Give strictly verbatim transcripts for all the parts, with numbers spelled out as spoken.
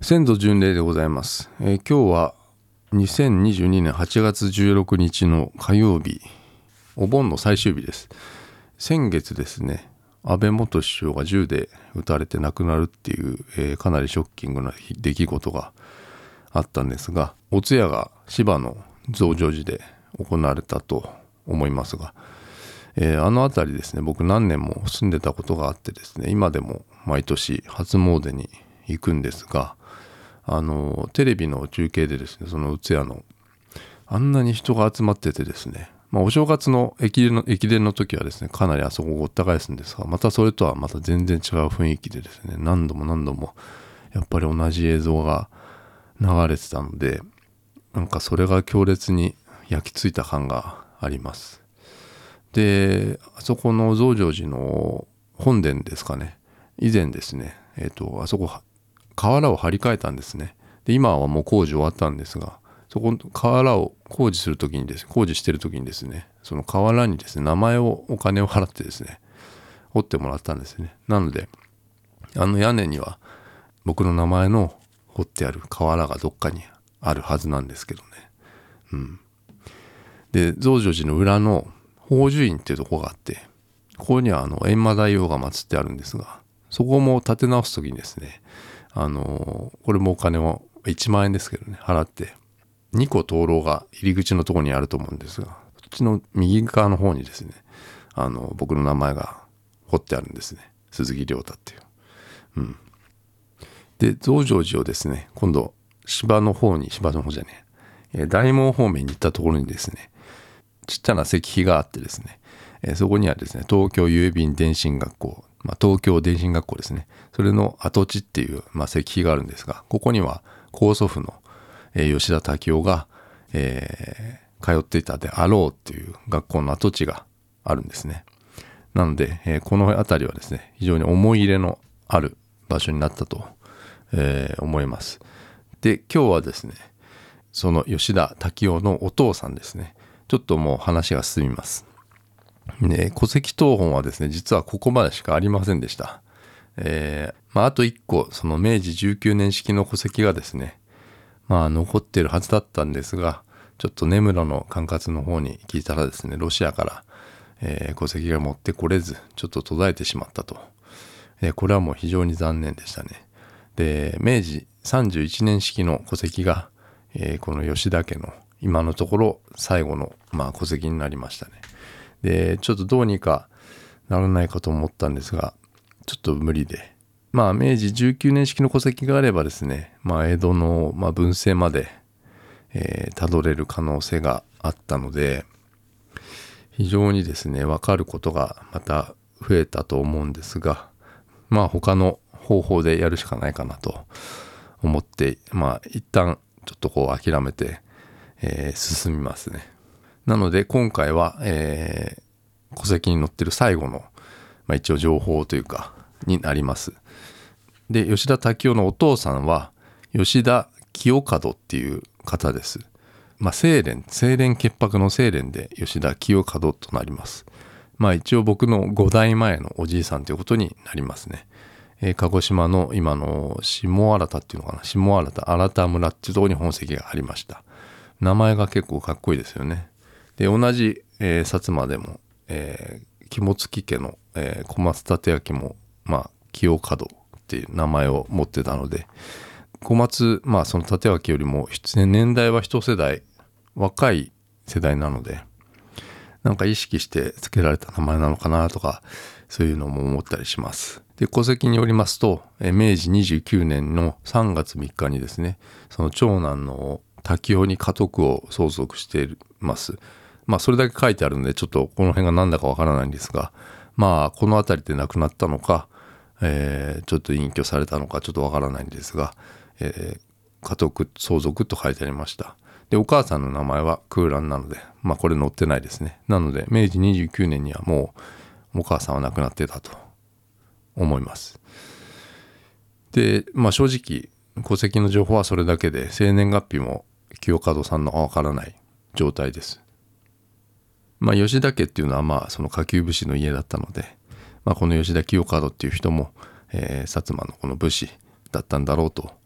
先祖巡礼でございます、えー、今日はにせんにじゅうにねんはちがつじゅうろくにちの火曜日、お盆の最終日です。先月ですね、安倍元首相が銃で撃たれて亡くなるっていう、えー、かなりショッキングな出来事があったんですが、お通夜が芝の増上寺で行われたと思いますが、えー、あの辺りですね、僕何年も住んでたことがあってですね、今でも毎年初詣に行くんですが、あのテレビの中継でですね、そのお通夜のあんなに人が集まっててですね、まあ、お正月の駅伝の駅伝の時はですね、かなりあそこごった返すんですが、またそれとはまた全然違う雰囲気でですね、何度も何度もやっぱり同じ映像が流れてたので、なんかそれが強烈に焼き付いた感があります。で、あそこの増上寺の本殿ですかね、以前ですね、えっとあそこ瓦を張り替えたんですね。で、今はもう工事終わったんですが、そこ瓦を工事するときにですね、工事してるときにですね、その瓦にですね、名前をお金を払ってですね、彫ってもらったんですね。なので、あの屋根には僕の名前の彫ってある瓦がどっかにあるはずなんですけどね。うん。で、増上寺の裏の宝珠院っていうところがあって、ここにはあの閻魔大王が祀ってあるんですが、そこも建て直すときにですね、あのー、これもお金をいちまんえんですけどね、払ってにこ灯籠が入り口のところにあると思うんですが、そっちの右側の方にですね、あの僕の名前が彫ってあるんですね。鈴木亮太っていう。うん。で、増上寺をですね、今度芝の方に芝の方じゃねえ、大門方面に行ったところにですね、ちっちゃな石碑があってですね、えそこにはですね、東京郵便電信学校、まあ、東京電信学校ですね、それの跡地っていう、まあ、石碑があるんですが、ここには高祖父の、えー、吉田滝夫が、えー、通っていたであろうっていう学校の跡地があるんですね。なので、えー、この辺りはですね、非常に思い入れのある場所になったと、えー、思います。で、今日はですね、その吉田滝夫のお父さんですね、ちょっともう話が進みます。ね、戸籍謄本はですね、実はここまでしかありませんでした。えーまあ、あといっこ、その明治じゅうきゅうねん式の戸籍がですね、まあ残っているはずだったんですが、ちょっと根室の管轄の方に聞いたらですね、ロシアから、えー、戸籍が持ってこれず、ちょっと途絶えてしまったと。えー、これはもう非常に残念でしたね。で、明治さんじゅういちねん式の戸籍が、えー、この吉田家の今のところ最後の、まあ、戸籍になりましたね。で、ちょっとどうにかならないかと思ったんですが、ちょっと無理で。まあ、明治じゅうきゅうねん式の戸籍があればですね、まあ、江戸の、まあ、文政まで、えー、たどれる可能性があったので、非常にですね、わかることがまた増えたと思うんですが、まあ、他の方法でやるしかないかなと思って、まあ、一旦ちょっとこう諦めて、えー、進みますね。なので今回は、えー、戸籍に載ってる最後の、まあ、一応情報というかになります。で、吉田滝夫のお父さんは吉田清門っていう方です。まあ、清廉清廉潔白の清廉で吉田清門となります。まあ一応僕のごだいまえのおじいさんということになりますね。えー、鹿児島の今の下新田っていうのかな、下新田新田村っていうところに本籍がありました。名前が結構かっこいいですよね。で、同じ、えー、薩摩でも、えー、肝付家の、えー、小松立明も、まあ、清門っていう名前を持ってたので、小松、まあ、その立明よりも、年代は一世代、若い世代なので、なんか意識して付けられた名前なのかなとか、そういうのも思ったりします。で、戸籍によりますと、えー、明治にじゅうきゅうねんのさんがつみっかにですね、その長男の滝夫に家督を相続しています。まあそれだけ書いてあるのでちょっとこの辺が何だかわからないんですが、まあこの辺りで亡くなったのか、えー、ちょっと隠居されたのかちょっとわからないんですが、えー、家督相続と書いてありました。で、お母さんの名前は空欄なので、まあこれ載ってないですね。なので明治にじゅうきゅうねんにはもうお母さんは亡くなってたと思います。で、まあ正直戸籍の情報はそれだけで、生年月日も清門さんのわからない状態です。まあ吉田家っていうのはまあその下級武士の家だったので、まあ、この吉田清門っていう人も、えー、薩摩のこの武士だったんだろうと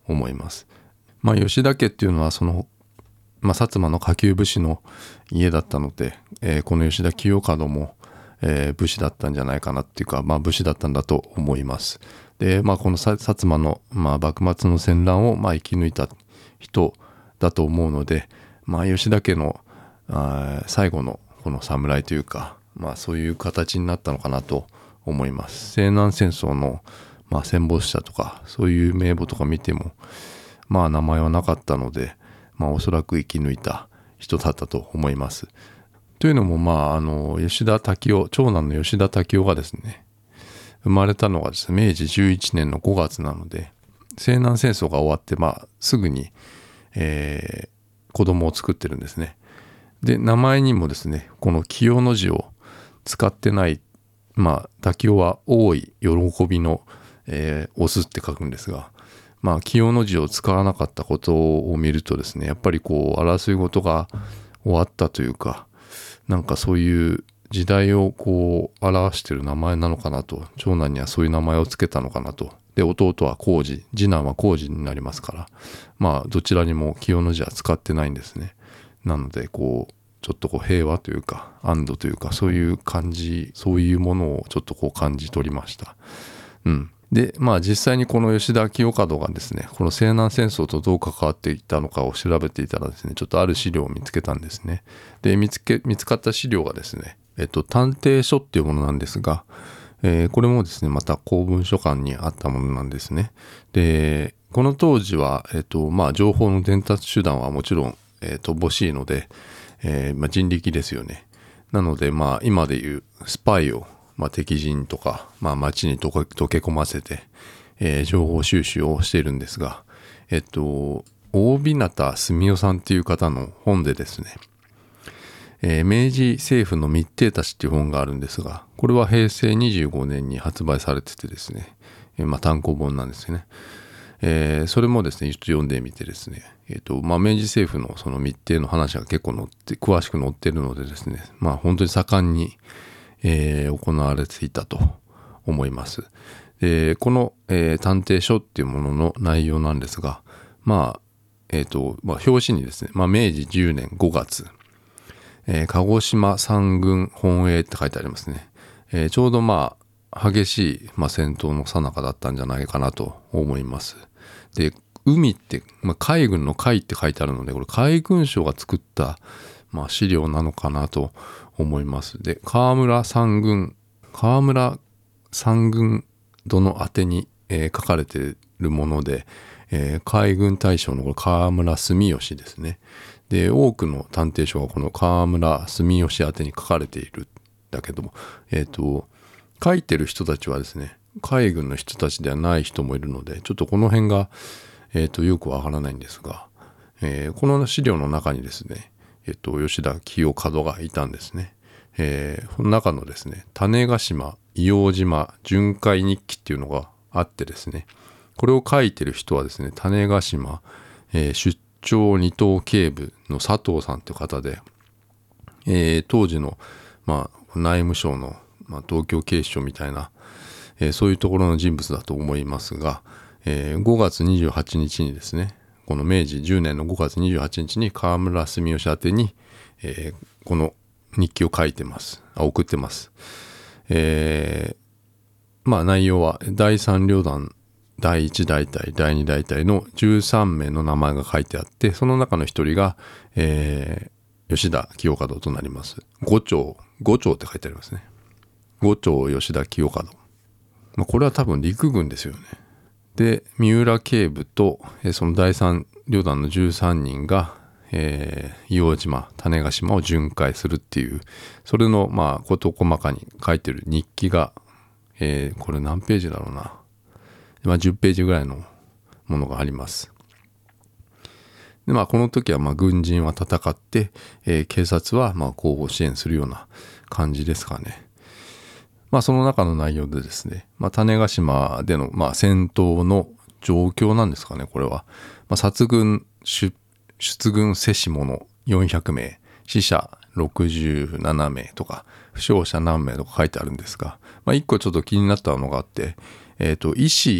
思います。まあ吉田家っていうのはその、まあ、薩摩の下級武士の家だったので、えー、この吉田清門も、えー、武士だったんじゃないかなっていうか、まあ、武士だったんだと思います。で、まあ、この薩摩の、まあ、幕末の戦乱を、まあ、生き抜いた人だと思うので、まあ、吉田家のあ最後のこの侍というか、まあ、そういう形になったのかなと思います。西南戦争の、まあ、戦没者とかそういう名簿とか見ても、まあ、名前はなかったので、まあ、おそらく生き抜いた人だったと思います。というのも、まあ、あの吉田滝雄、長男の吉田滝雄がですね、生まれたのがですね、明治じゅういちねんのごがつなので、西南戦争が終わって、まあ、すぐに、えー、子供を作ってるんですね。で、名前にもですね、この清の字を使ってない、まあ、滝雄は大い喜びの、えー、オスって書くんですが、まあ、清の字を使わなかったことを見るとですね、やっぱりこう争い事が終わったというか、なんかそういう時代をこう表してる名前なのかなと、長男にはそういう名前をつけたのかなと。で、弟は浩二、次男は浩二になりますから、まあどちらにも清の字は使ってないんですね。なのでこうちょっとこう平和というか安堵というか、そういう感じ、そういうものをちょっとこう感じ取りました。うん。で、まあ実際にこの吉田清門がですね、この西南戦争とどう関わっていったのかを調べていたらですね、ちょっとある資料を見つけたんですね。で、見つけ、見つかった資料がですね、えっと、探偵書っていうものなんですが、えー、これもですね、また公文書館にあったものなんですね。で、この当時は、えっと、まあ情報の伝達手段はもちろん、えー、乏しいので、えーまあ、人力ですよね。なので、まあ今でいうスパイを、まあ、敵陣とか、まあ、町に溶け、溶け込ませて、えー、情報収集をしているんですが、えっと、大日向澄夫さんっていう方の本でですね、えー、明治政府の密偵たちっていう本があるんですが、これはへいせいにじゅうごねんに発売されててですね、えー、まあ単行本なんですよね。えー、それもですね、ちょっと読んでみてですね、えっと、まあ、明治政府のその密偵の話が結構載って、詳しく載ってるのでですね、まあ本当に盛んに、えー、行われていたと思います。で、この、えー、探偵書っていうものの内容なんですが、まあ、えっと、まあ、表紙にですね、まあ、明治じゅうねんごがつ、えー、鹿児島三軍本営って書いてありますね。えー、ちょうどまあ、激しい、まあ、戦闘の最中だったんじゃないかなと思います。で、海って、まあ、海軍の海って書いてあるので、これ海軍省が作った、まあ、資料なのかなと思います。で、河村三軍、河村三軍殿宛てに、えー、書かれているもので、えー、海軍大将のこれ河村住吉ですね。で、多くの探偵書がこの河村住吉宛てに書かれているんだけども、えっと、書いてる人たちはですね、海軍の人たちではない人もいるので、ちょっとこの辺が、えっと、よくわからないんですが、えー、この資料の中にですね、えっと、吉田清門がいたんですね。えー、この中のですね、種子島硫黄島巡回日記っていうのがあってですね、これを書いてる人はですね、種子島、えー、出張二等警部の佐藤さんという方で、えー、当時の、まあ、内務省の、まあ、東京警視庁みたいな、えー、そういうところの人物だと思いますが、えー、ごがつにじゅうはちにちにですね、この明治じゅうねんのごがつにじゅうはちにちに河村住吉宛てに、えー、この日記を書いてます。あ、送ってます。えー、まあ内容はだいさん旅団だいいち大隊、だいに大隊のじゅうさんめいの名前が書いてあって、その中の一人が、えー、吉田清門となります。五長、五長って書いてありますね。五長吉田清門。まあ、これは多分陸軍ですよね。で、三浦警部と、えー、そのだいさん旅団のじゅうさんにんが、えー、硫黄島、種子島を巡回するっていう、それの、まあ、事細かに書いてる日記が、えー、これ何ページだろうな。まあ、じゅっページぐらいのものがあります。で、まあ、この時は、まあ、軍人は戦って、えー、警察は、まあ、後方支援するような感じですかね。まあ、その中の内容でですね、まあ、種子島での、まあ、戦闘の状況なんですかね、これは。まあ、殺軍、出出軍せし者よんひゃくめい、死者ろくじゅうななめいとか、負傷者何名とか書いてあるんですが、まあ、一個ちょっと気になったのがあって、えっと、医師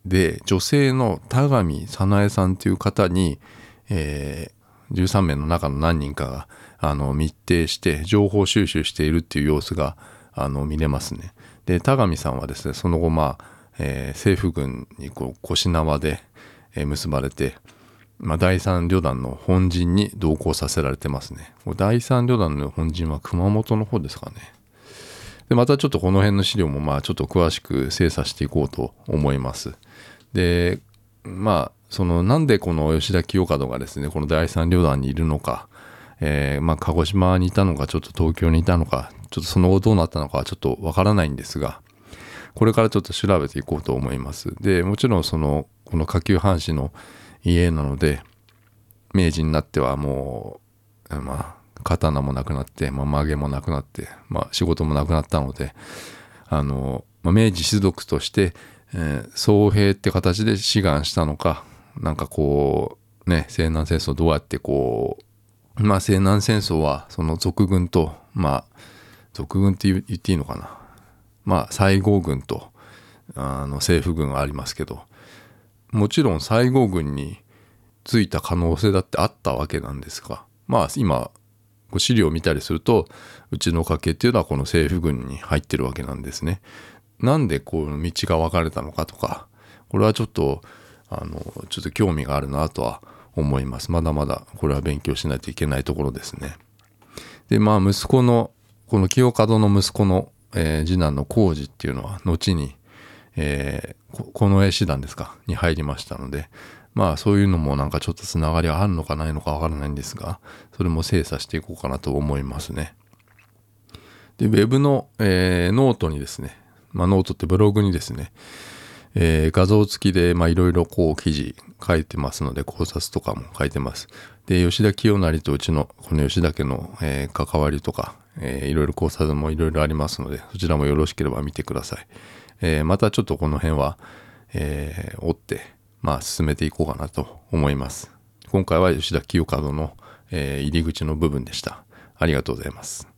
で女性の田上早苗さんという方に、えー、じゅうさんめいの中の何人かがあの密偵して情報収集しているっていう様子があの見れますね。で田上さんはですねその後まあ、えー、政府軍にこう腰縄で、えー、結ばれて、まあ、だいさん旅団の本陣に同行させられてますね。だいさん旅団の本陣は熊本の方ですかね。でまたちょっとこの辺の資料もまあちょっと詳しく精査していこうと思います。でまあそのなんでこの吉田清門がですねこのだいさん旅団にいるのか、えー、まあ鹿児島にいたのかちょっと東京にいたのかちょっとその後どうなったのかはちょっとわからないんですが、これからちょっと調べていこうと思います。でもちろんそのこの下級藩士の家なので明治になってはもうまあ刀もなくなって、まあ、曲げもなくなって、まあ、仕事もなくなったのであの、まあ、明治士族として、えー、僧兵って形で志願したのかなんかこうね西南戦争どうやってこうまあ西南戦争はその賊軍とまあ賊軍って言っていいのかなまあ西郷軍とあの政府軍がありますけどもちろん西郷軍についた可能性だってあったわけなんですがまあ今資料を見たりするとうちの家系っていうのはこの政府軍に入ってるわけなんですね。なんでこう道が分かれたのかとかこれはちょっとあのちょっと興味があるなとは思います。まだまだこれは勉強しないといけないところですね。でまあ息子のこの清門の息子の、えー、次男の浩二っていうのは後に、えー、近衛師団ですかに入りましたのでまあそういうのもなんかちょっとつながりはあるのかないのかわからないんですがそれも精査していこうかなと思いますね。でウェブの、えー、ノートにですね、まあ、ノートってブログにですね、えー、画像付きでいろいろこう記事書いてますので考察とかも書いてます。で吉田清成とうちのこの吉田家の、えー、関わりとか、えー、いろいろ考察もいろいろありますのでそちらもよろしければ見てください。えー、またちょっとこの辺は、えー、追ってまあ進めていこうかなと思います。今回は吉田清門の、えー、入り口の部分でした。ありがとうございます。